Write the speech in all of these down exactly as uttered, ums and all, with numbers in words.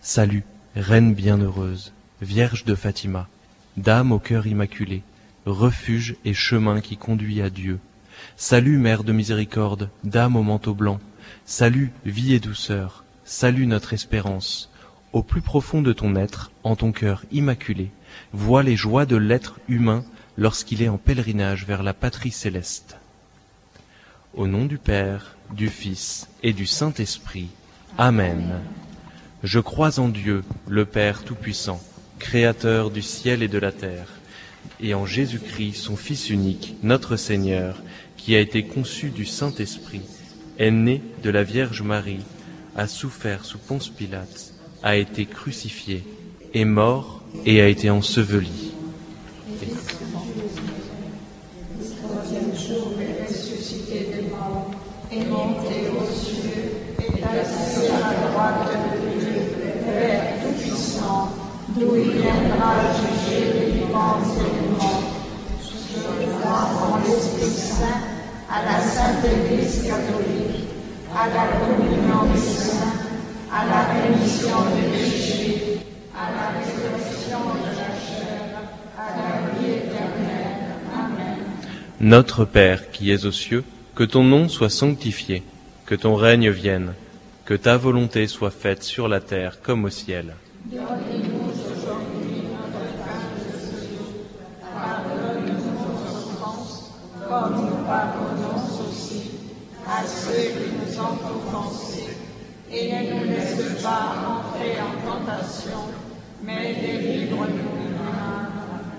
Salut, Reine bienheureuse, Vierge de Fatima, Dame au cœur immaculé, refuge et chemin qui conduit à Dieu. Salut, Mère de miséricorde, Dame au manteau blanc, salut, vie et douceur, salut notre espérance. Au plus profond de ton être, en ton cœur immaculé, vois les joies de l'être humain lorsqu'il est en pèlerinage vers la patrie céleste. Au nom du Père, du Fils et du Saint-Esprit. Amen. Je crois en Dieu, le Père Tout-Puissant, Créateur du ciel et de la terre, et en Jésus-Christ, son Fils unique, notre Seigneur, qui a été conçu du Saint-Esprit, est né de la Vierge Marie, a souffert sous Ponce Pilate, a été crucifié, est mort et a été enseveli. Est monté aux cieux, est assis à la droite de Dieu, Père Tout-Puissant, d'où il viendra juger les vivants et les morts. Je crois en l'Esprit Saint, à la Sainte Église catholique, à la communion des saints, à la rémission des péchés, à la résurrection de la chair, à la vie éternelle. Amen. Notre Père qui es aux cieux, que ton nom soit sanctifié, que ton règne vienne, que ta volonté soit faite sur la terre comme au ciel. Donne-nous aujourd'hui notre pain de ce jour. Pardonne-nous nos offenses, comme nous pardonnons aussi à ceux qui nous ont offensés. Et ne nous laisse pas entrer en tentation, mais délivre-nous du mal.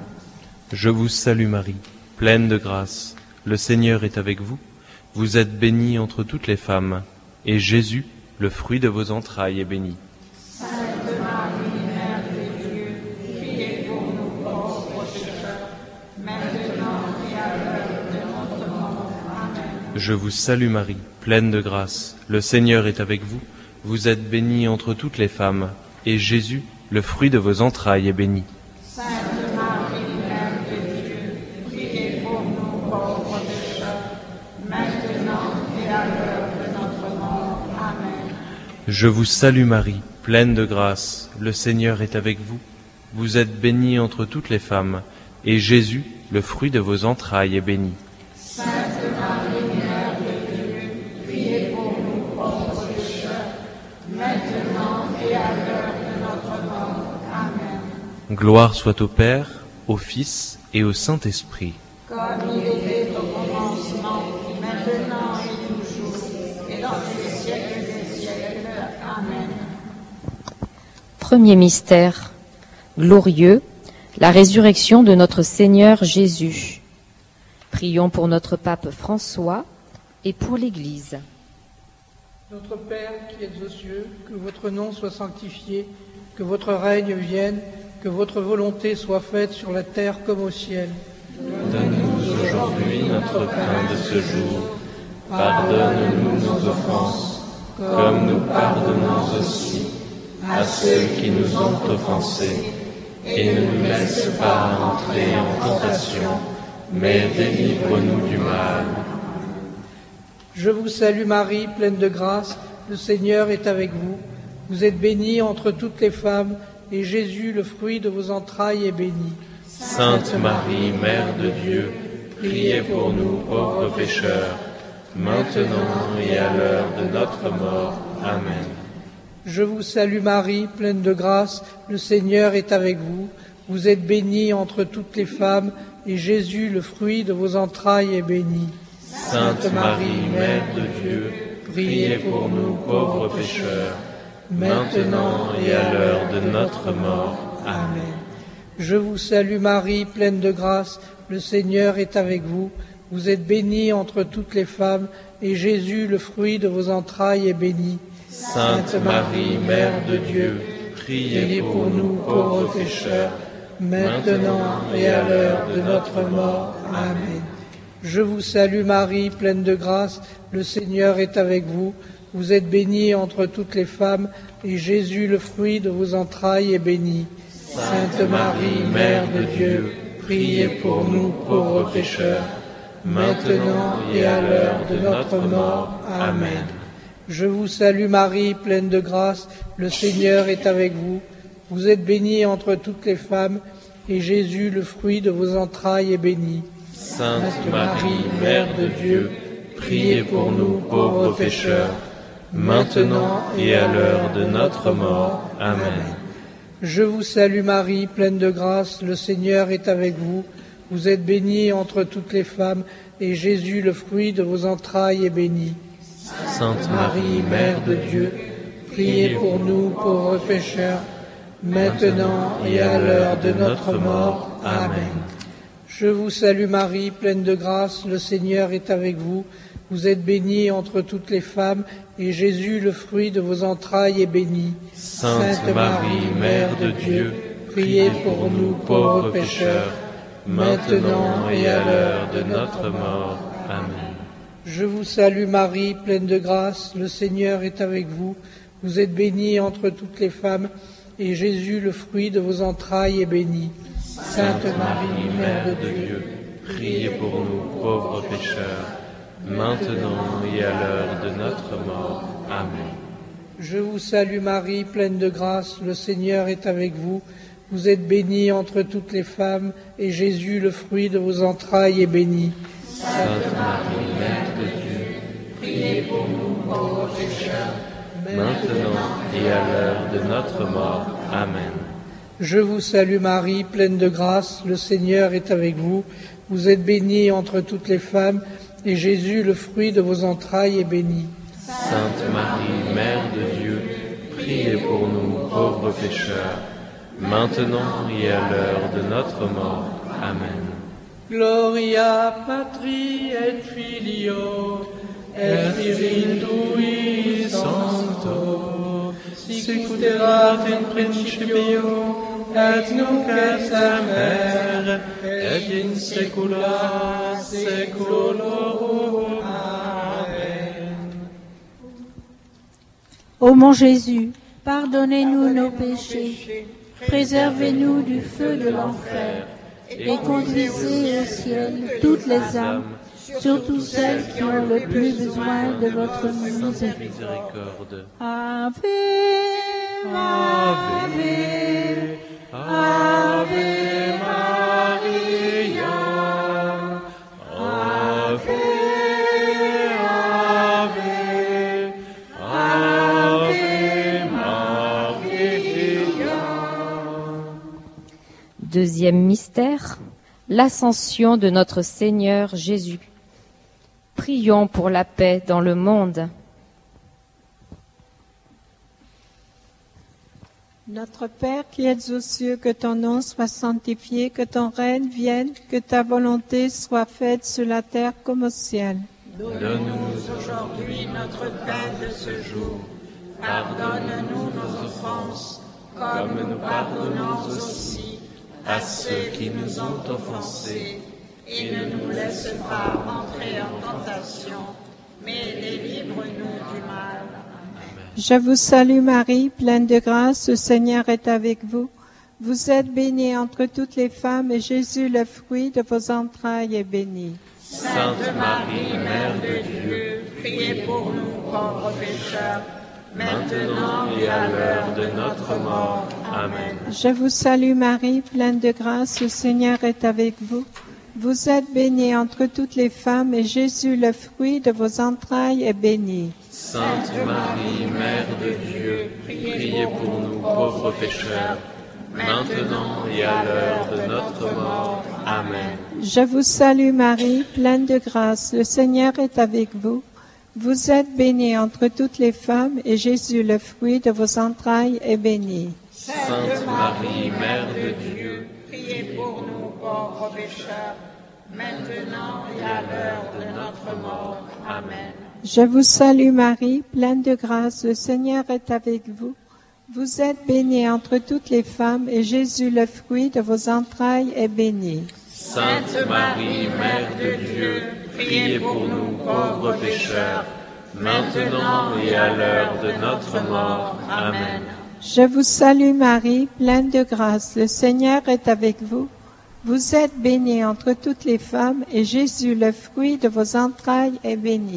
Je vous salue Marie, pleine de grâce, le Seigneur est avec vous. Vous êtes bénie entre toutes les femmes, et Jésus, le fruit de vos entrailles, est béni. Sainte Marie, Mère de Dieu, priez pour nous pauvres pécheurs, maintenant et à l'heure de notre mort. Amen. Je vous salue Marie, pleine de grâce, le Seigneur est avec vous. Vous êtes bénie entre toutes les femmes, et Jésus, le fruit de vos entrailles, est béni. Sainte Marie, Mère de Dieu, priez pour nous pauvres pécheurs, maintenant et à l'heure de notre mort. Amen. Je vous salue Marie, pleine de grâce, le Seigneur est avec vous. Vous êtes bénie entre toutes les femmes, et Jésus, le fruit de vos entrailles, est béni. Sainte Marie, Mère de Dieu, priez pour nous pauvres pécheurs, maintenant et à l'heure de notre mort. Amen. Gloire soit au Père, au Fils et au Saint-Esprit. Comme il était au commencement, maintenant et toujours, et dans les siècles des siècles. Amen. Premier mystère glorieux, la résurrection de notre Seigneur Jésus. Prions pour notre pape François et pour l'Église. Notre Père qui êtes aux cieux, que votre nom soit sanctifié, que votre règne vienne, que votre volonté soit faite sur la terre comme au ciel. Donne-nous aujourd'hui notre pain de ce jour. Pardonne-nous nos offenses, comme nous pardonnons aussi à ceux qui nous ont offensés. Et ne nous laisse pas entrer en tentation, mais délivre-nous du mal. Je vous salue Marie, pleine de grâce, le Seigneur est avec vous. Vous êtes bénie entre toutes les femmes, et Jésus, le fruit de vos entrailles, est béni. Sainte Marie, Mère de Dieu, priez pour nous pauvres pécheurs, maintenant et à l'heure de notre mort. Amen. Je vous salue Marie, pleine de grâce, le Seigneur est avec vous. Vous êtes bénie entre toutes les femmes, et Jésus, le fruit de vos entrailles, est béni. Sainte Marie, Mère de Dieu, priez pour nous pauvres pécheurs, maintenant et à l'heure de notre mort. Amen. Je vous salue Marie, pleine de grâce, le Seigneur est avec vous. Vous êtes bénie entre toutes les femmes, et Jésus, le fruit de vos entrailles, est béni. Sainte Marie, Mère de Dieu, priez pour nous pauvres pécheurs, maintenant et à l'heure de notre mort. Amen. Je vous salue Marie, pleine de grâce, le Seigneur est avec vous. Vous êtes bénie entre toutes les femmes, et Jésus, le fruit de vos entrailles, est béni. Sainte Marie, Mère de Dieu, priez pour nous pauvres pécheurs, maintenant et à l'heure de notre mort. Amen. Je vous salue Marie, pleine de grâce, le Seigneur est avec vous. Vous êtes bénie entre toutes les femmes, et Jésus, le fruit de vos entrailles, est béni. Sainte Marie, Mère de Dieu, priez pour nous pauvres pécheurs, maintenant et à l'heure de notre mort. Amen. Je vous salue Marie, pleine de grâce, le Seigneur est avec vous. Vous êtes bénie entre toutes les femmes, et Jésus, le fruit de vos entrailles, est béni. Sainte Marie, Mère de Dieu, priez pour nous pauvres pécheurs, maintenant et à l'heure de notre mort. Amen. Je vous salue Marie, pleine de grâce, le Seigneur est avec vous. Vous êtes bénie entre toutes les femmes, et Jésus, le fruit de vos entrailles, est béni. Sainte Marie, Mère de Dieu, priez pour nous pauvres pécheurs, maintenant et à l'heure de notre mort. Amen. Je vous salue Marie, pleine de grâce, le Seigneur est avec vous. Vous êtes bénie entre toutes les femmes, et Jésus, le fruit de vos entrailles, est béni. Sainte Marie, Mère de Dieu, priez pour nous pauvres pécheurs, maintenant et à l'heure de notre mort. Amen. Je vous salue Marie, pleine de grâce, le Seigneur est avec vous. Vous êtes bénie entre toutes les femmes, et Jésus, le fruit de vos entrailles, est béni. Sainte Marie, Mère de Dieu, priez pour nous pauvres pécheurs, maintenant et à l'heure de notre mort. Amen. Je vous salue Marie, pleine de grâce, le Seigneur est avec vous. Vous êtes bénie entre toutes les femmes, et Jésus, le fruit de vos entrailles, est béni. Sainte Marie, Mère de Dieu, priez pour nous pauvres pécheurs, maintenant et à l'heure de notre mort. Amen. Gloria Patri et Filio et Spiritui Sancto, sicut erat in principio et nunc et semper et in saecula saeculorum. Amen. Ô mon Jésus, pardonnez-nous nos péchés, préservez-nous du feu de l'enfer, et conduisez au ciel toutes les âmes, surtout celles qui ont le plus besoin de votre miséricorde. Ave, Ave, Ave Maria, Ave, Ave, Ave Maria. Deuxième mystère, l'ascension de notre Seigneur Jésus. Prions pour la paix dans le monde. Notre Père qui es aux cieux, que ton nom soit sanctifié, que ton règne vienne, que ta volonté soit faite sur la terre comme au ciel. Donne-nous aujourd'hui notre pain de ce jour. Pardonne-nous nos offenses, comme nous pardonnons aussi à ceux qui nous ont offensés. Et ne nous laisse pas entrer en tentation, mais délivre-nous du mal. Je vous salue Marie, pleine de grâce, le Seigneur est avec vous. Vous êtes bénie entre toutes les femmes, et Jésus, le fruit de vos entrailles, est béni. Sainte Marie, Mère de Dieu, priez pour nous pauvres pécheurs, maintenant et à l'heure de notre mort. Amen. Je vous salue Marie, pleine de grâce, le Seigneur est avec vous. Vous êtes bénie entre toutes les femmes, et Jésus, le fruit de vos entrailles, est béni. Sainte Marie, Mère de Dieu, priez pour nous pauvres pécheurs, maintenant et à l'heure de notre mort. Amen. Je vous salue Marie, pleine de grâce, le Seigneur est avec vous. Vous êtes bénie entre toutes les femmes, et Jésus, le fruit de vos entrailles, est béni. Sainte Marie, Mère de Dieu, priez pour nous pauvres pécheurs, maintenant et à l'heure de notre mort. Amen. Je vous salue Marie, pleine de grâce, le Seigneur est avec vous. Vous êtes bénie entre toutes les femmes, et Jésus, le fruit de vos entrailles, est béni. Sainte Marie, Mère de Dieu, priez pour nous pauvres pécheurs, maintenant et à l'heure de notre mort. Amen. Je vous salue Marie, pleine de grâce, le Seigneur est avec vous. Vous êtes bénie entre toutes les femmes, et Jésus, le fruit de vos entrailles, est béni.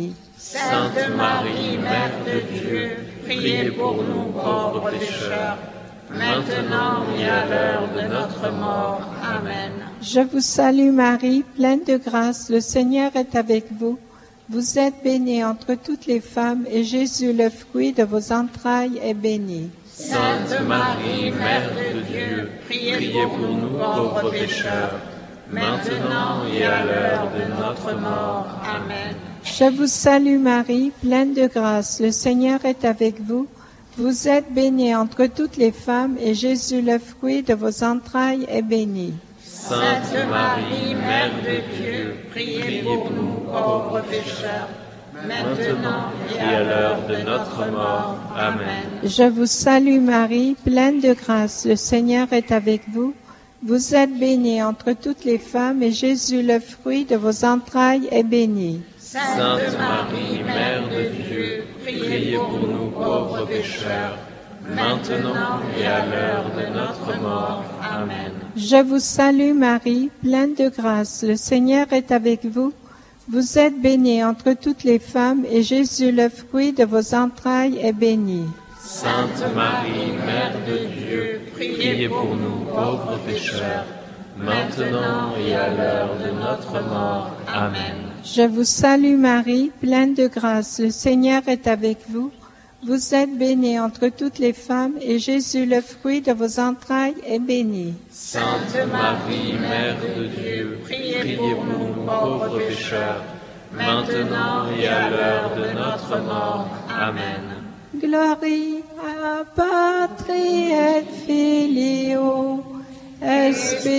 Sainte Marie, Mère de Dieu, priez pour nous pauvres pécheurs, maintenant et à l'heure de notre mort. Amen. Je vous salue Marie, pleine de grâce, le Seigneur est avec vous. Vous êtes bénie entre toutes les femmes, et Jésus, le fruit de vos entrailles, est béni. Sainte Marie, Mère de Dieu, priez pour nous pauvres pécheurs, maintenant et à l'heure de notre mort. Amen. Je vous salue Marie, pleine de grâce, le Seigneur est avec vous. Vous êtes bénie entre toutes les femmes, et Jésus, le fruit de vos entrailles, est béni. Sainte Marie, Mère de Dieu, priez pour nous pauvres pécheurs, maintenant et à l'heure de notre mort. Amen. Je vous salue Marie, pleine de grâce, le Seigneur est avec vous. Vous êtes bénie entre toutes les femmes, et Jésus, le fruit de vos entrailles, est béni. Sainte Marie, Mère de Dieu, priez pour nous pauvres pécheurs, maintenant et à l'heure de notre mort. Amen. Je vous salue Marie, pleine de grâce, le Seigneur est avec vous. Vous êtes bénie entre toutes les femmes, et Jésus, le fruit de vos entrailles, est béni. Sainte Marie, Mère de Dieu, priez pour nous pauvres pécheurs, maintenant et à l'heure de notre mort. Amen. Je vous salue Marie, pleine de grâce, le Seigneur est avec vous. Vous êtes bénie entre toutes les femmes, et Jésus, le fruit de vos entrailles, est béni. Sainte Marie, Mère de Dieu, priez pour nous pauvres pécheurs, maintenant et à l'heure de notre mort. Amen. Gloria Patri et Filio et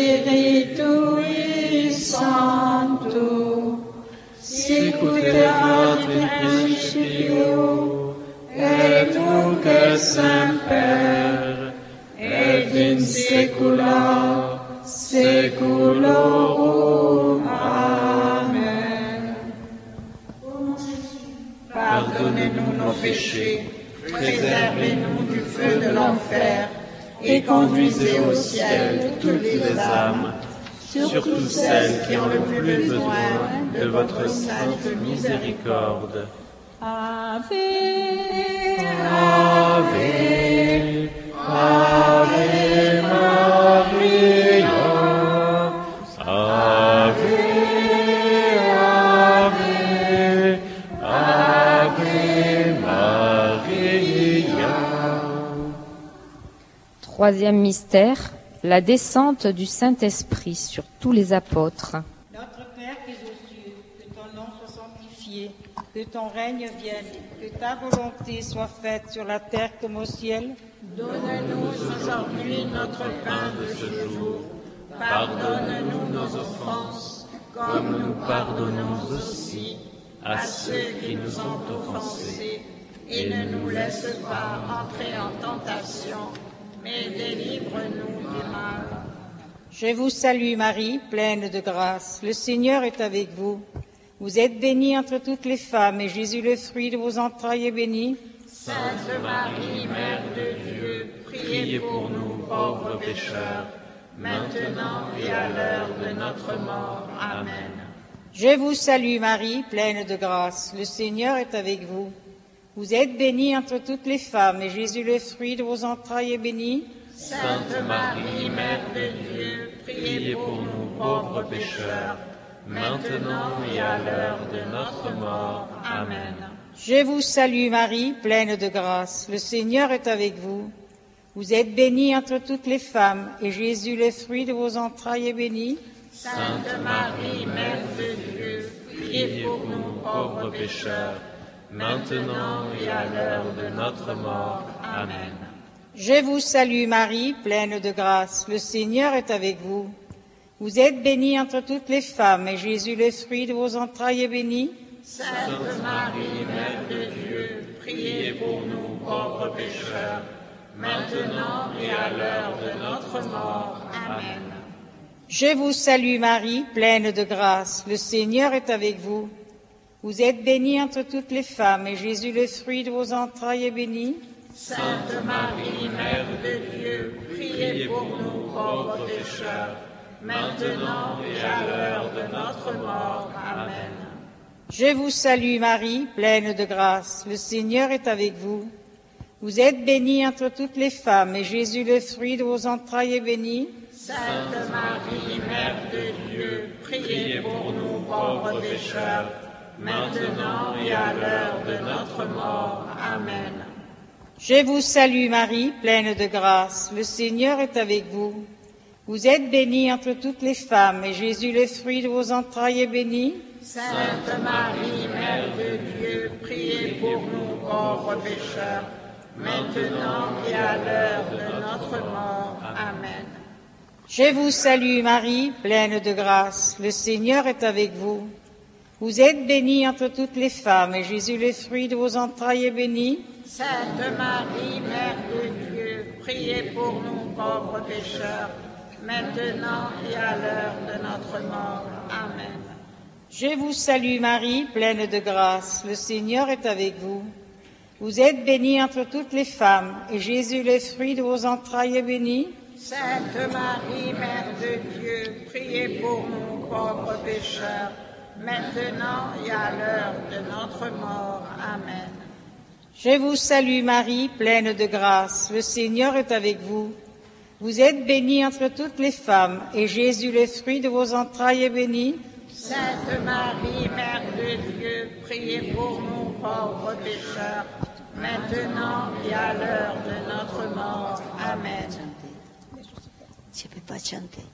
Spiritui Sancto, sicut erat in principio et nunc et semper et in saecula saeculorum. Amen. Pardonnez-nous nos péchés, préservez-nous du feu de l'enfer, et conduisez au ciel toutes les âmes, surtout celles qui ont le plus besoin de votre sainte miséricorde. Ave, Ave, Ave Maria, Ave, Ave, Ave Maria. Troisième mystère, la descente du Saint-Esprit sur tous les apôtres. Notre Père qui es aux cieux, que ton nom soit sanctifié, que ton règne vienne, que ta volonté soit faite sur la terre comme au ciel. Donne-nous aujourd'hui notre pain de ce jour. Pardonne-nous nos offenses, comme nous pardonnons aussi à ceux qui nous ont offensés. Et ne nous laisse pas entrer en tentation, mais délivre-nous du mal. Je vous salue Marie, pleine de grâce. Le Seigneur est avec vous. Vous êtes bénie entre toutes les femmes, et Jésus, le fruit de vos entrailles, est béni. Sainte Marie, Mère de Dieu, priez pour nous pauvres pécheurs, maintenant et à l'heure de notre mort. Amen. Je vous salue Marie, pleine de grâce. Le Seigneur est avec vous. Vous êtes bénie entre toutes les femmes, et Jésus, le fruit de vos entrailles, est béni. Sainte Marie, Mère de Dieu, priez pour nous pauvres pécheurs, maintenant et à l'heure de notre mort. Amen. Je vous salue Marie, pleine de grâce. Le Seigneur est avec vous. Vous êtes bénie entre toutes les femmes, et Jésus, le fruit de vos entrailles, est béni. Sainte Marie, Mère de Dieu, priez pour nous pauvres pécheurs, maintenant et à l'heure de notre mort. Amen. Je vous salue Marie, pleine de grâce. Le Seigneur est avec vous. Vous êtes bénie entre toutes les femmes, et Jésus, le fruit de vos entrailles, est béni. Sainte Marie, Mère de Dieu, priez pour nous pauvres pécheurs, maintenant et à l'heure de notre mort. Amen. Je vous salue Marie, pleine de grâce. Le Seigneur est avec vous. Vous êtes bénie entre toutes les femmes, et Jésus, le fruit de vos entrailles, est béni. Sainte Marie, Mère de Dieu, priez pour nous pauvres pécheurs, maintenant et à l'heure de notre mort. Amen. Je vous salue Marie, pleine de grâce, le Seigneur est avec vous. Vous êtes bénie entre toutes les femmes, et Jésus, le fruit de vos entrailles, est béni. Sainte Marie, Mère de Dieu, priez pour nous pauvres pécheurs, maintenant et à l'heure de notre mort. Amen. Je vous salue Marie, pleine de grâce, le Seigneur est avec vous. Vous êtes bénie entre toutes les femmes, et Jésus, le fruit de vos entrailles, est béni. Sainte Marie, Mère de Dieu, priez pour nous pauvres pécheurs, maintenant et à l'heure de notre mort. Amen. Je vous salue Marie, pleine de grâce, le Seigneur est avec vous. Vous êtes bénie entre toutes les femmes, et Jésus, le fruit de vos entrailles, est béni. Sainte Marie, Mère de Dieu, priez pour nous pauvres pécheurs, maintenant et à l'heure de notre mort. Amen. Je vous salue Marie, pleine de grâce, le Seigneur est avec vous. Vous êtes bénie entre toutes les femmes, et Jésus, le fruit de vos entrailles, est béni. Sainte Marie, Mère de Dieu, priez pour nous pauvres pécheurs, maintenant et à l'heure de notre mort. Amen. Je vous salue Marie, pleine de grâce, le Seigneur est avec vous. Vous êtes bénie entre toutes les femmes, et Jésus, le fruit de vos entrailles, est béni. Sainte Marie, Mère de Dieu, priez pour nous pauvres pécheurs, maintenant et à l'heure de notre mort. Amen. Je ne peux pas chanter.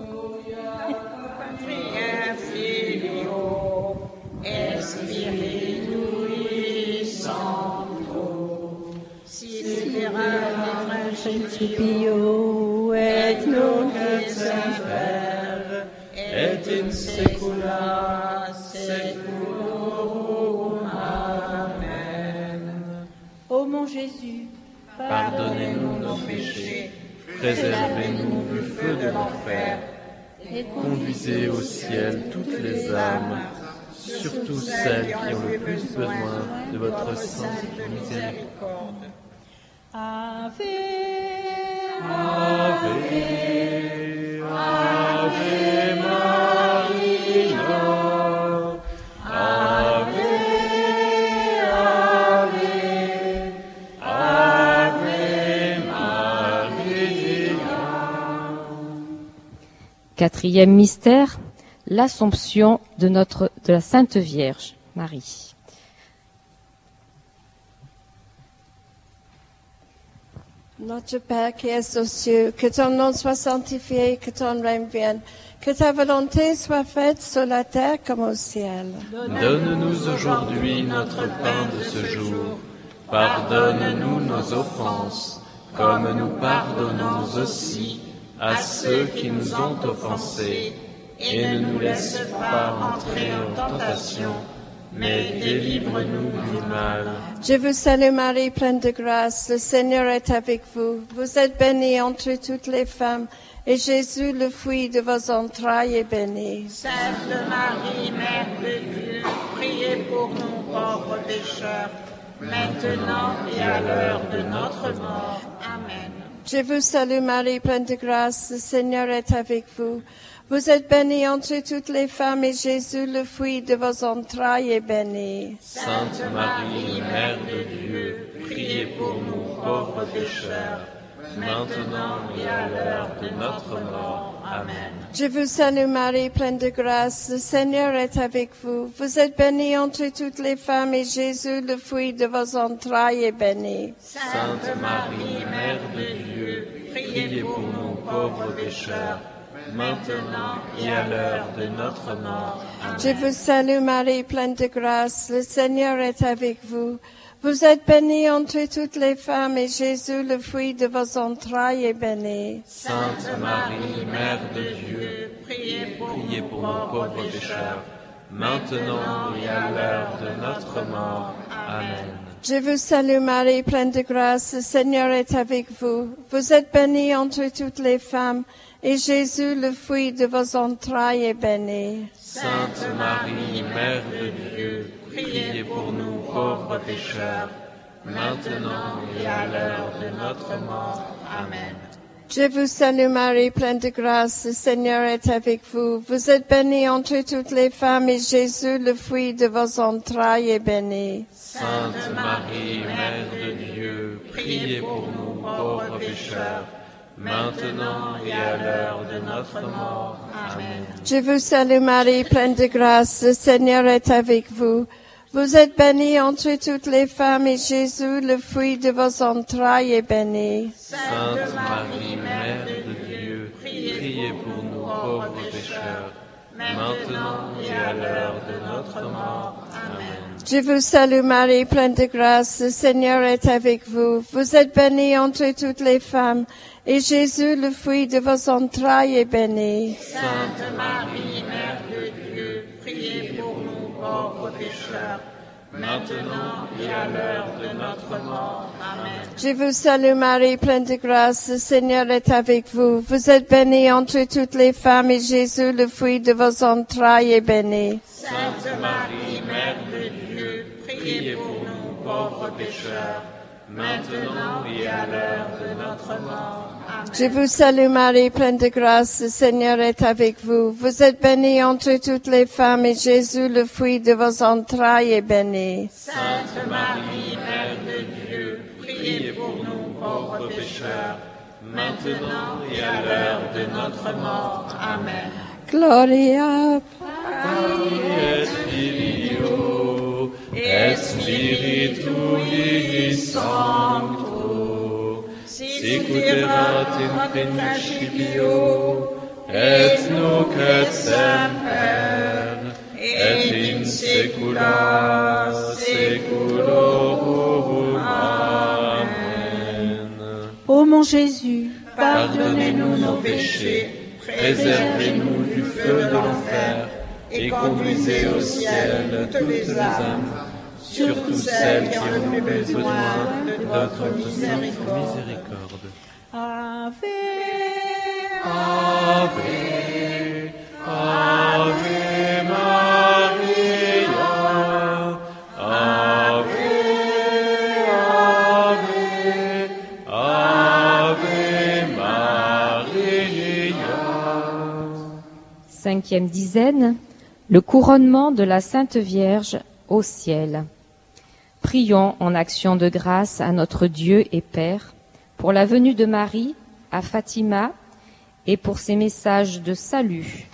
Patria Filio et Spiritui Sancto, sidera principio et nunc et semper, et in saecula saeculorum. Amen. Ô mon Jésus, Pardonnez-nous nos péchés, préservez-nous du feu de l'enfer, conduisez au ciel toutes les âmes, surtout celles qui ont le plus besoin de votre sainte miséricorde. Ave, Ave, Ave Maria, Ave, Ave, Ave Maria. Quatrième mystère, l'Assomption de notre de la Sainte Vierge Marie. Notre Père qui es aux cieux, que ton nom soit sanctifié, que ton règne vienne, que ta volonté soit faite sur la terre comme au ciel. Donne-nous aujourd'hui notre pain de ce jour. Pardonne-nous nos offenses, comme nous pardonnons aussi à ceux qui nous ont offensés. Et ne nous laisse pas entrer en tentation, mais délivre-nous du mal. Je vous salue Marie, pleine de grâce, le Seigneur est avec vous. Vous êtes bénie entre toutes les femmes, et Jésus, le fruit de vos entrailles, est béni. Sainte Marie, Mère de Dieu, priez pour nous pauvres pécheurs, maintenant et à l'heure de notre mort. Amen. Je vous salue Marie, pleine de grâce, le Seigneur est avec vous. Vous êtes bénie entre toutes les femmes, et Jésus, le fruit de vos entrailles, est béni. Sainte Marie, Mère de Dieu, priez pour nous pauvres pécheurs, maintenant et à l'heure de notre mort. Amen. Je vous salue Marie, pleine de grâce, le Seigneur est avec vous. Vous êtes bénie entre toutes les femmes, et Jésus, le fruit de vos entrailles, est béni. Sainte Marie, Mère de Dieu, priez pour nous pauvres pécheurs, maintenant et à l'heure de notre mort. Amen. Je vous salue Marie, pleine de grâce, le Seigneur est avec vous. Vous êtes bénie entre toutes les femmes, et Jésus, le fruit de vos entrailles, est béni. Sainte Marie, Mère de Dieu, priez pour, priez pour nos pauvres pécheurs, maintenant et à l'heure de notre mort. Amen. Je vous salue Marie, pleine de grâce, le Seigneur est avec vous. Vous êtes bénie entre toutes les femmes, et Jésus, le fruit de vos entrailles, est béni. Sainte Marie, Mère de Dieu, priez pour nous pauvres pécheurs, maintenant et à l'heure de notre mort. Amen. Je vous salue Marie, pleine de grâce, le Seigneur est avec vous. Vous êtes bénie entre toutes les femmes et Jésus, le fruit de vos entrailles, est béni. Sainte Marie, Mère de Dieu, priez pour nous pauvres pécheurs, maintenant et à l'heure de notre mort. Amen. Je vous salue Marie, pleine de grâce, le Seigneur est avec vous. Vous êtes bénie entre toutes les femmes et Jésus, le fruit de vos entrailles, est béni. Sainte Marie, Mère de Dieu, priez pour nous pauvres pécheurs, maintenant et à l'heure de notre mort. Amen. Je vous salue Marie, pleine de grâce, le Seigneur est avec vous. Vous êtes bénie entre toutes les femmes, et Jésus, le fruit de vos entrailles, est béni. Sainte Marie, Mère de Dieu, priez pour nous pauvres pécheurs, maintenant et à l'heure de notre mort. Amen. Je vous salue Marie, pleine de grâce, le Seigneur est avec vous. Vous êtes bénie entre toutes les femmes, et Jésus, le fruit de vos entrailles, est béni. Sainte Marie, Mère de Dieu, priez pour nous pauvres pécheurs, maintenant et à l'heure de notre mort. Amen. Je vous salue Marie, pleine de grâce, le Seigneur est avec vous. Vous êtes bénie entre toutes les femmes, et Jésus, le fruit de vos entrailles, est béni. Sainte Marie, Mère de Dieu, priez pour nous pauvres pécheurs, maintenant et à l'heure de notre mort. Amen. Gloria Et Filio, et Spiritui Sancto, sicuterat in principio, et nunc et semper, et in saecula saeculorum. Amen. Ô mon Jésus, Pardonnez-nous nos péchés, Préservez-nous du feu de l'enfer, et conduisez au ciel toutes les âmes, surtout celles qui ont le plus besoin de votre miséricorde. Ave, Ave, Ave Maria, Ave, Ave, Ave Maria. Cinquième dizaine, le couronnement de la Sainte Vierge au ciel. Prions en action de grâce à notre Dieu et Père pour la venue de Marie à Fatima et pour ses messages de salut.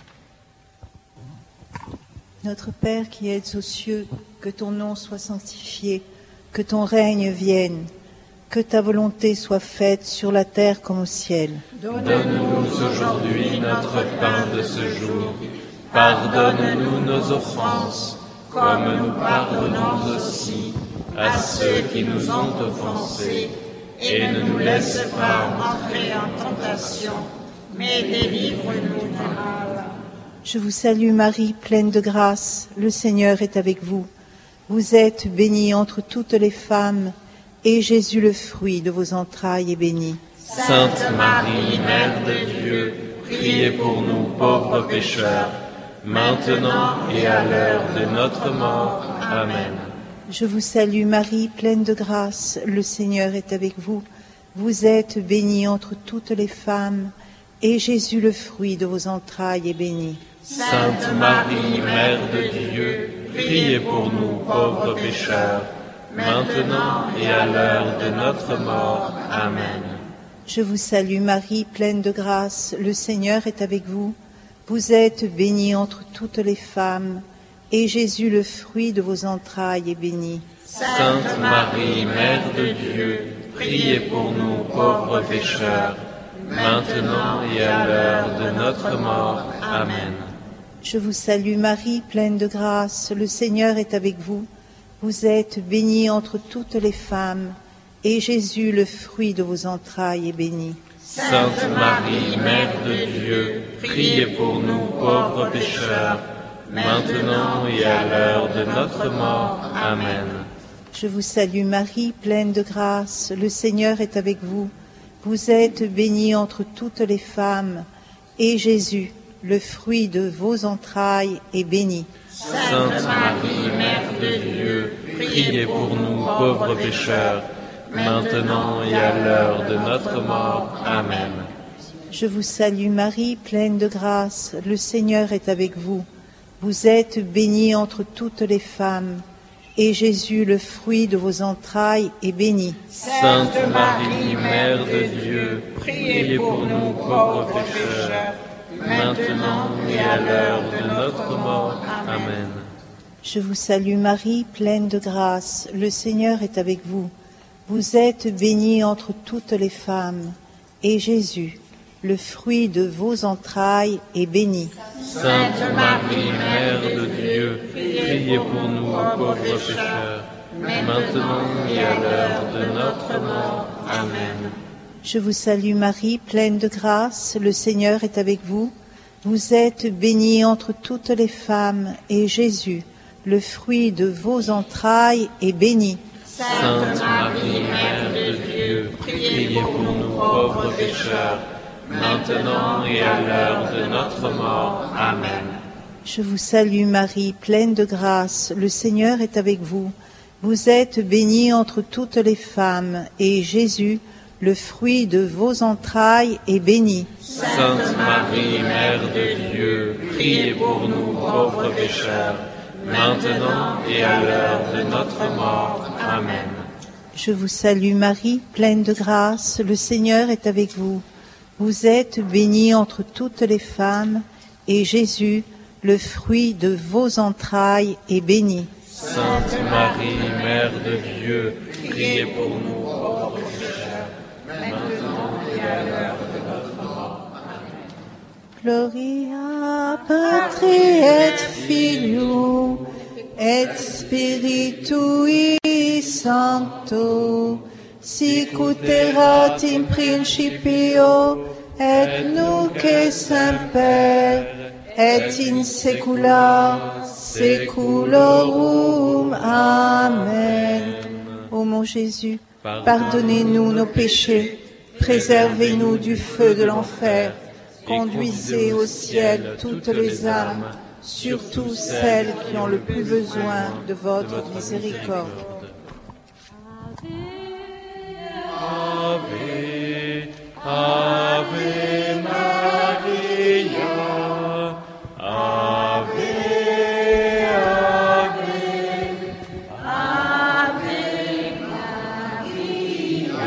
Notre Père qui es aux cieux, que ton nom soit sanctifié, que ton règne vienne, que ta volonté soit faite sur la terre comme au ciel. Donne-nous aujourd'hui notre pain de ce jour. Pardonne-nous nos offenses, comme nous pardonnons aussi à ceux qui nous ont offensés. Et ne nous laisse pas entrer en tentation, mais délivre-nous du mal. Je vous salue Marie, pleine de grâce, le Seigneur est avec vous. Vous êtes bénie entre toutes les femmes, et Jésus, le fruit de vos entrailles, est béni. Sainte Marie, Mère de Dieu, priez pour nous pauvres pécheurs, maintenant et à l'heure de notre mort. Amen. Je vous salue Marie, pleine de grâce, le Seigneur est avec vous. Vous êtes bénie entre toutes les femmes, et Jésus, le fruit de vos entrailles, est béni. Sainte Marie, Mère de Dieu, priez pour nous pauvres pécheurs, maintenant et à l'heure de notre mort. Amen. Je vous salue Marie, pleine de grâce, le Seigneur est avec vous. Vous êtes bénie entre toutes les femmes, et Jésus, le fruit de vos entrailles, est béni. Sainte Marie, Mère de Dieu, priez pour nous pauvres pécheurs, maintenant et à l'heure de notre mort. Amen. Je vous salue Marie, pleine de grâce, le Seigneur est avec vous. Vous êtes bénie entre toutes les femmes, et Jésus, le fruit de vos entrailles, est béni. Sainte Marie, Mère de Dieu, priez pour nous pauvres pécheurs, maintenant et à l'heure de notre mort. Amen. Je vous salue Marie, pleine de grâce, le Seigneur est avec vous. Vous êtes bénie entre toutes les femmes, et Jésus, le fruit de vos entrailles, est béni. Sainte Marie, Mère de Dieu, priez pour nous pauvres pécheurs, maintenant et à l'heure de notre mort. Amen. Je vous salue Marie, pleine de grâce, le Seigneur est avec vous. Vous êtes bénie entre toutes les femmes, et Jésus, le fruit de vos entrailles, est béni. Sainte Marie, Mère de Dieu, priez pour nous pauvres pécheurs, maintenant et à l'heure de notre mort. Amen. Je vous salue Marie, pleine de grâce, le Seigneur est avec vous. Vous êtes bénie entre toutes les femmes, et Jésus, le fruit de vos entrailles, est béni. Sainte Marie, Mère de Dieu, priez pour nous pauvres pécheurs, maintenant et à l'heure de notre mort. Amen. Je vous salue Marie, pleine de grâce, le Seigneur est avec vous. Vous êtes bénie entre toutes les femmes, et Jésus, le fruit de vos entrailles, est béni. Sainte Marie, Mère de Dieu, priez pour nous pauvres pécheurs, maintenant et à l'heure de notre mort. Amen. Je vous salue Marie, pleine de grâce, le Seigneur est avec vous. Vous êtes bénie entre toutes les femmes, et Jésus, le fruit de vos entrailles, est béni. Sainte Marie, Mère de Dieu, priez pour nous pauvres pécheurs, maintenant et à l'heure de notre mort. Amen. Je vous salue Marie, pleine de grâce, le Seigneur est avec vous. Vous êtes bénie entre toutes les femmes, et Jésus, le fruit de vos entrailles, est béni. Sainte Marie, Mère de Dieu, priez pour nous pauvres pécheurs, maintenant et à l'heure de notre mort. Amen. Gloria Patri et Filio et Spiritui Sancto, sic ut erat in principio et nunc et semper et in saecula saeculorum. Amen. Ô mon Jésus, pardonnez-nous nos péchés, préservez-nous du feu de l'enfer, conduisez au ciel toutes les âmes, surtout celles qui ont le plus besoin de votre miséricorde. Ave, Ave Maria, Ave, Ave, Ave Maria.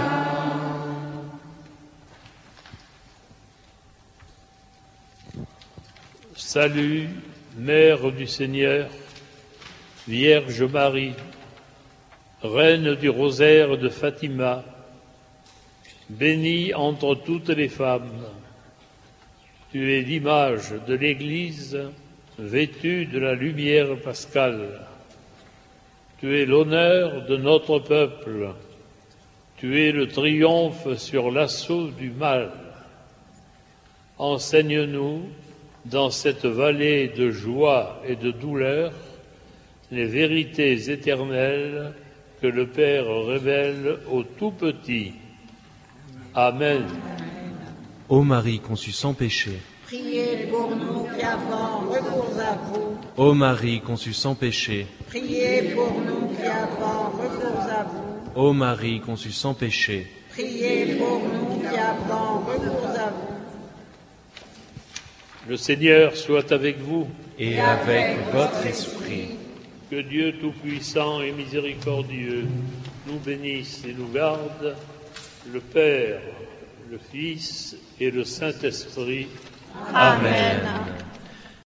Salut, Mère du Seigneur, Vierge Marie, Reine du rosaire de Fatima, bénie entre toutes les femmes. Tu es l'image de l'Église vêtue de la lumière pascale. Tu es l'honneur de notre peuple. Tu es le triomphe sur l'assaut du mal. Enseigne-nous, dans cette vallée de joie et de douleur, les vérités éternelles que le Père révèle aux tout-petits. Amen. Ô Marie conçue sans péché, Priez pour nous qui avons recours à vous. Ô Marie conçue sans péché, Priez pour nous qui avons recours à vous. Ô Marie conçue sans péché, Priez pour nous qui avons recours à vous. Le Seigneur soit avec vous. et avec votre esprit. Que Dieu Tout-Puissant et Miséricordieux nous bénisse et nous garde, le Père, le Fils et le Saint-Esprit. Amen.